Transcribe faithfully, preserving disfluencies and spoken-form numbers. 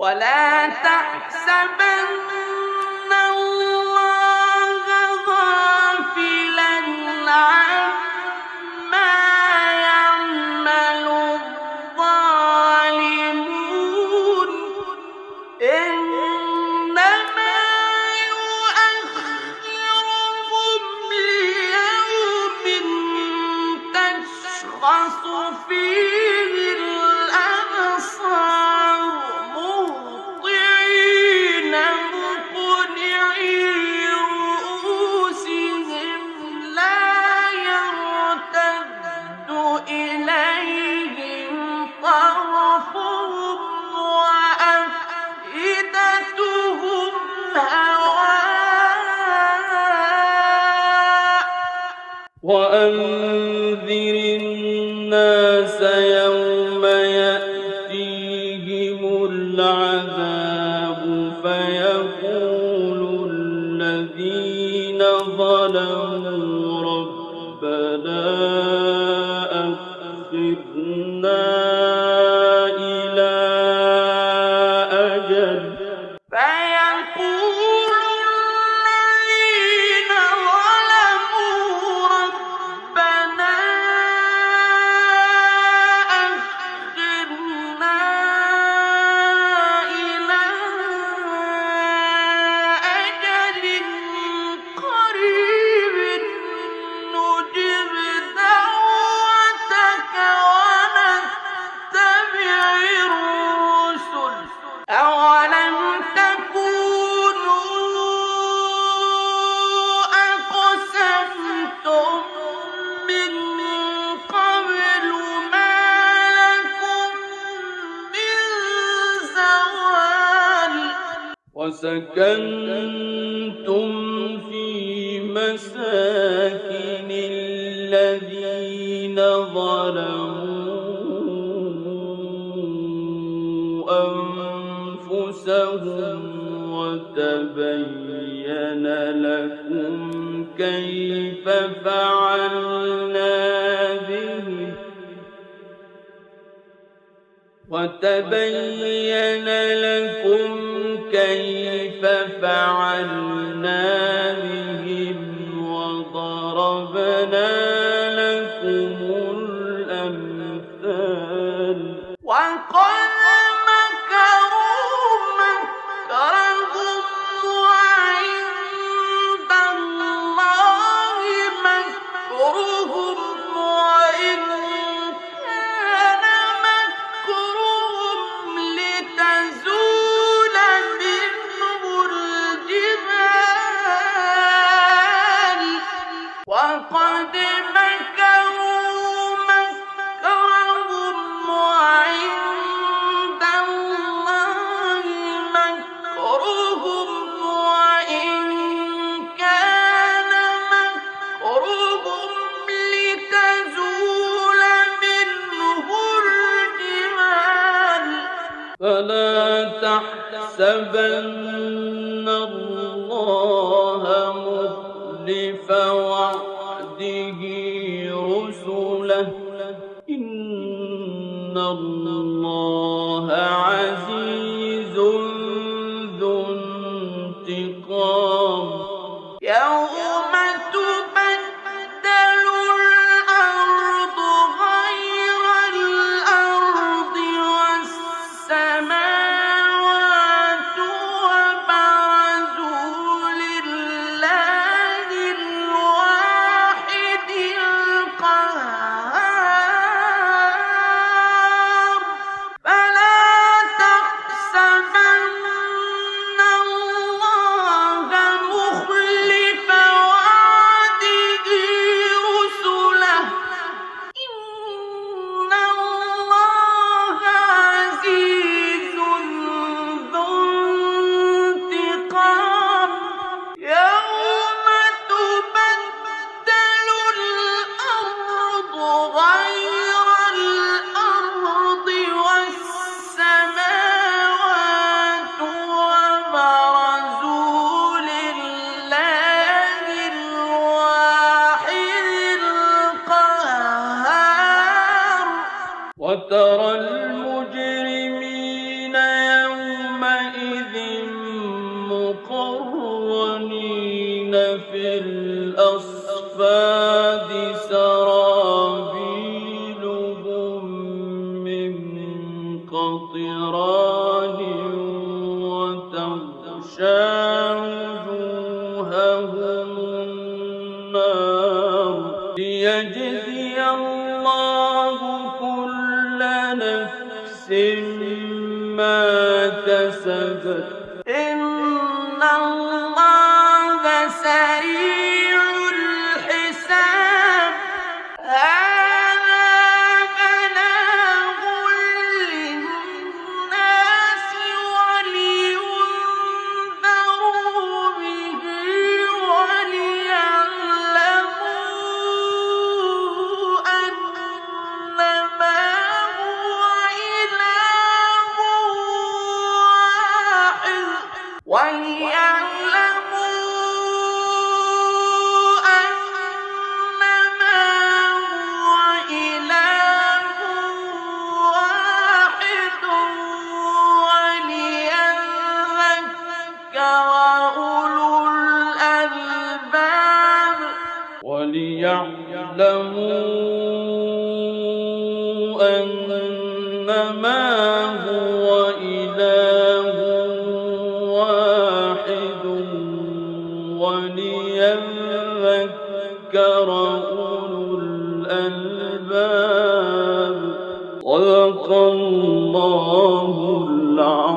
ولا تحسبن الله غافلا عما يعمل الظالمون إنما يؤخرهم ليوم تشخص فيه الأبصار مهطعين مقنعي رؤوسهم لا يرتد إليهم طرفهم وأفئدتهم هواء وأنذر الناس يوم يأتيهم العذاب فيقول الذين ظلموا ربنا أخرنا إلى أجل فيقول الذين ظلموا ربنا أخرنا إلى أجل قريب نجب دعوتك ونتبع الرسل أولم تكونوا أقسمتم من قبل ما لكم من زوال وسكنتم في مساكن الذين ظلموا أنفسهم وتبين لكم كيف فعلنا بهم وتبين لكم كيف فعلنا بهم وضربنا لكم الأمثال وقد مكروا مكرهم وعند الله مكرهم وإن كان مكرهم لتزول منه الجبال وقد مكروا مكرهم وعند الله مكرهم وإن كان مكرهم لتزول منه الجبال فلا تحسبن الله مخلف وعده رسله إن الله عزيز ذو انتقام يوم تبدل الأرض غير الأرض والسماوات وبرزوا لله الواحد تغشى وجوههم النار ليجزي الله كل نفس ما كسبت إن الله سريع الحساب هذا بلاغ للناس ولينذروا به وليعلموا أنما هو إله واحد وليعلموا أنما هو إله واحد وليذكر أولو الألباب وليعلموا أنما هو إله واحد وليذكر أولو الألباب صدق الله العظيم.